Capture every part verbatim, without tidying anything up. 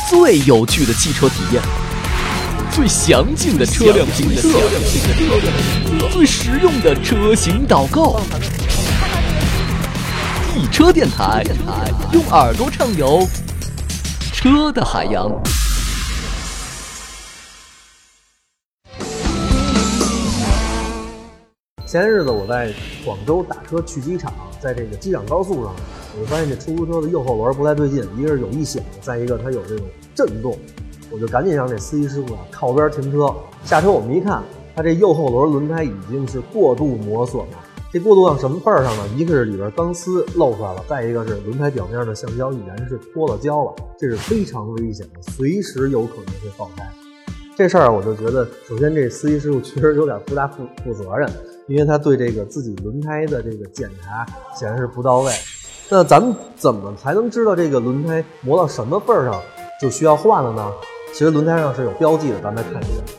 最有趣的汽车体验，最详尽的车辆评测，最实用的车型导购。易车电台，用耳朵畅游车的海洋。 前日子我在广州打车去机场，在这个机场高速上，我就发现这出租车的右后轮不太对劲，一个是有异响，再一个它有这种震动，我就赶紧让这司机师傅啊靠边停车。下车我们一看，它这右后轮轮胎已经是过度磨损了。这过度到什么份儿上呢？一个是里边钢丝露出来了，再一个是轮胎表面的橡胶已然是脱了胶了，这是非常危险的，随时有可能会爆胎。这事儿我就觉得，首先这司机师傅确实有点不大负负责任，因为他对这个自己轮胎的这个检查显然是不到位。那咱们怎么才能知道这个轮胎磨到什么份儿上就需要换了呢？其实轮胎上是有标记的，咱们来看一下。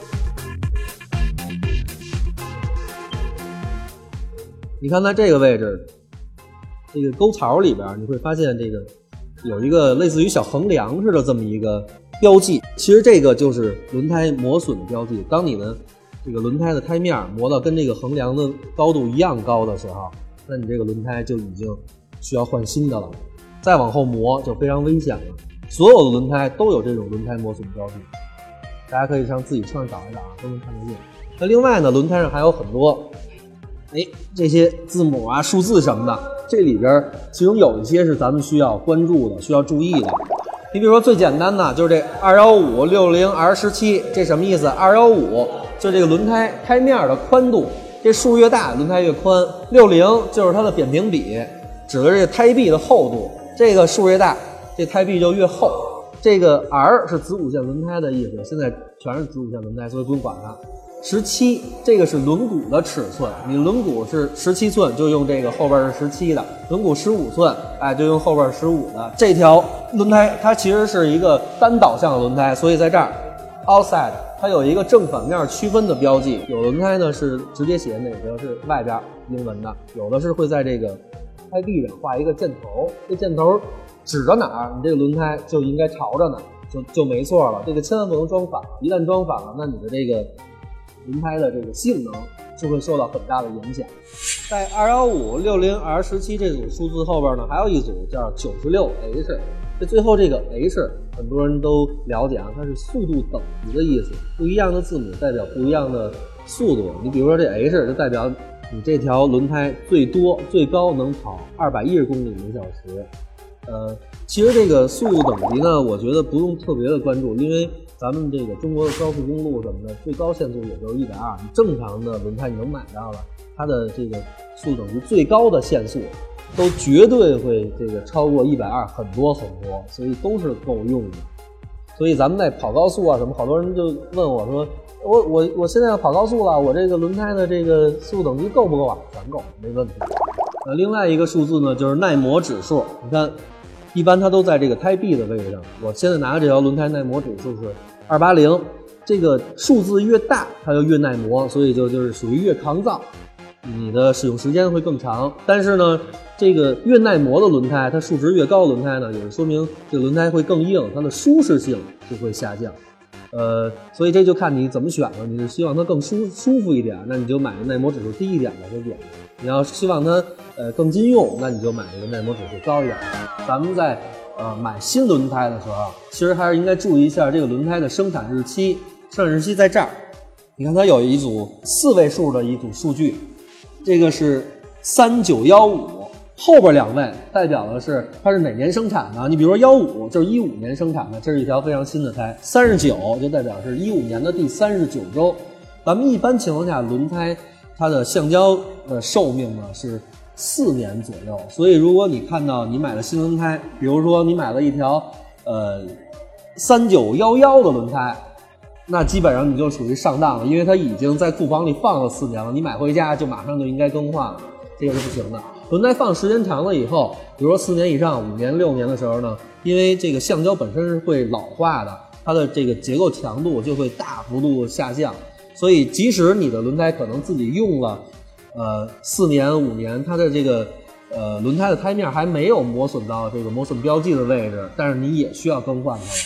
你看它这个位置，这个沟槽里边，你会发现这个有一个类似于小横梁似的这么一个标记。其实这个就是轮胎磨损的标记。当你的这个轮胎的胎面磨到跟这个横梁的高度一样高的时候，那你这个轮胎就已经需要换新的了。再往后磨就非常危险了。所有的轮胎都有这种轮胎磨损标记，大家可以上自己车上找一找啊，都能看得见。那另外呢，轮胎上还有很多哎，这些字母啊、数字什么的，这里边其中有一些是咱们需要关注的、需要注意的。你比如说最简单的就是这二一五 六零 R 十七， 这什么意思？二一五就是这个轮胎胎面的宽度，这数越大轮胎越宽。六十就是它的扁平比，指的这个胎壁的厚度，这个数越大，这胎壁就越厚。这个 R 是子午线轮胎的意思，现在全是子午线轮胎，所以不用管它。十七这个是轮毂的尺寸，你轮毂是十七寸，就用这个后边是十七的；轮毂十五寸，哎，就用后边十五的。这条轮胎它其实是一个单导向的轮胎，所以在这儿 outside 它有一个正反面区分的标记。有轮胎呢是直接写哪个是外边英文的，有的是会在这个胎壁上画一个箭头，这箭头指着哪儿，你这个轮胎就应该朝着哪儿，就就没错了。这个千万不能装反，一旦装反了，那你的这个轮胎的这个性能就会受到很大的影响。在二一五 六零 R 十七 这组数字后边呢，还有一组叫 九十六 H。 这最后这个 H 很多人都了解啊，它是速度等级的意思，不一样的字母代表不一样的速度。你比如说这 H 就代表你这条轮胎最多最高能跑二百一十公里每小时。呃，其实这个速度等级呢，我觉得不用特别的关注，因为咱们这个中国的高速公路什么的，最高限速也就是一百二十，你正常的轮胎你能买到了，它的这个速度等级最高的限速都绝对会这个超过一百二十很多很多，所以都是够用的。所以咱们在跑高速啊什么，好多人就问我说，我我我现在要跑高速了，我这个轮胎的这个速度等级够不够啊？全够，没问题。呃，另外一个数字呢，就是耐磨指数，你看。一般它都在这个胎壁的位置上，我现在拿的这条轮胎耐磨指数是二八零，这个数字越大它就越耐磨，所以就就是属于越抗造，你的使用时间会更长。但是呢，这个越耐磨的轮胎，它数值越高的轮胎呢，也是说明这个轮胎会更硬，它的舒适性就会下降。呃，所以这就看你怎么选了。你是希望它更舒舒服一点，那你就买个耐磨指数低一点的就点；你要希望它呃更经用，那你就买这个耐磨指数高一点。咱们在呃买新轮胎的时候，其实还是应该注意一下这个轮胎的生产日期。生产日期在这儿，你看它有一组四位数的一组数据，这个是三九一五。后边两位代表的是它是哪年生产的，你比如说一五就是一五年生产的，这是一条非常新的胎。三十九就代表是一五年的第三十九周。咱们一般情况下轮胎它的橡胶的寿命呢是四年左右，所以如果你看到你买了新轮胎，比如说你买了一条呃三九一一的轮胎，那基本上你就属于上当了，因为它已经在库房里放了四年了，你买回家就马上就应该更换了，这个是不行的。轮胎放时间长了以后，比如说四年以上、五年、六年的时候呢，因为这个橡胶本身是会老化的，它的这个结构强度就会大幅度下降，所以即使你的轮胎可能自己用了呃四年、五年，它的这个呃轮胎的胎面还没有磨损到这个磨损标记的位置，但是你也需要更换它了。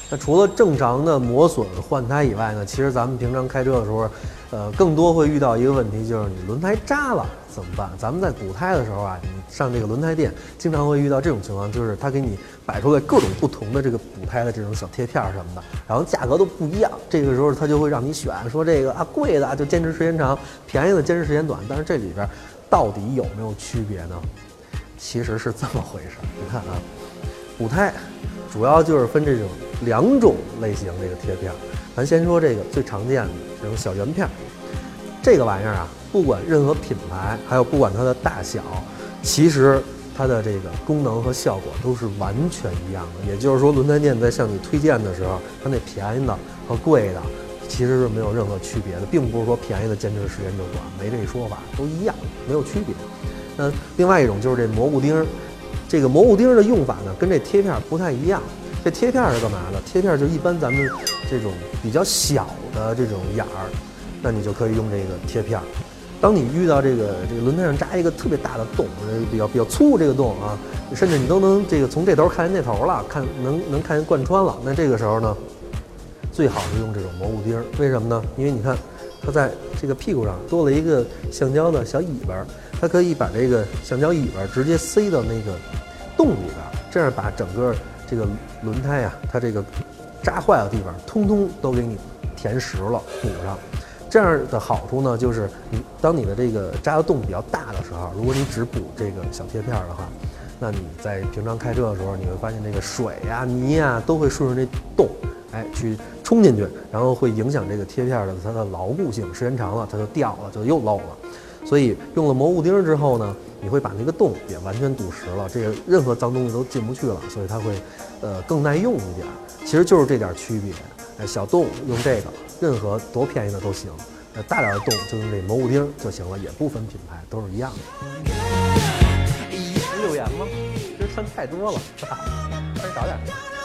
那除了正常的磨损换胎以外呢，其实咱们平常开车的时候，呃，更多会遇到一个问题，就是你轮胎扎了怎么办？咱们在补胎的时候啊，你上这个轮胎店，经常会遇到这种情况，就是他给你摆出来各种不同的这个补胎的这种小贴片什么的，然后价格都不一样。这个时候他就会让你选，说这个啊贵的就坚持时间长，便宜的坚持时间短。但是这里边到底有没有区别呢？其实是这么回事。你看啊，补胎主要就是分这种两种类型这个贴片。咱先说这个最常见的这种小圆片，这个玩意儿啊，不管任何品牌，还有不管它的大小，其实它的这个功能和效果都是完全一样的。也就是说，轮胎店在向你推荐的时候，它那便宜的和贵的其实是没有任何区别的，并不是说便宜的坚持时间就短，没这说法，都一样，没有区别。那另外一种就是这蘑菇钉，这个蘑菇钉的用法呢，跟这贴片不太一样。这贴片是干嘛的？贴片就一般咱们这种比较小的这种眼儿，那你就可以用这个贴片。当你遇到这个这个轮胎上扎一个特别大的洞，比较比较粗这个洞啊，甚至你都能这个从这头看见那头了，看能能看见贯穿了。那这个时候呢，最好是用这种蘑菇钉。为什么呢？因为你看它在这个屁股上多了一个橡胶的小尾巴，它可以把这个橡胶尾巴直接塞到那个洞里边，这样把整个这个轮胎呀、啊，它这个扎坏的地方，通通都给你填实了，补上。这样的好处呢，就是你当你的这个扎的洞比较大的时候，如果你只补这个小贴片的话，那你在平常开车的时候，你会发现这个水呀、泥呀都会顺着这洞，哎，去冲进去，然后会影响这个贴片的它的牢固性，时间长了它就掉了，就又漏了。所以用了蘑菇钉之后呢，你会把那个洞也完全堵实了，这个任何脏东西都进不去了，所以它会呃更耐用一点。其实就是这点区别。哎，小洞用这个，任何多便宜的都行。呃，大点的洞就用这蘑菇钉就行了，也不分品牌，都是一样的。留言吗？这穿太多了，穿少点。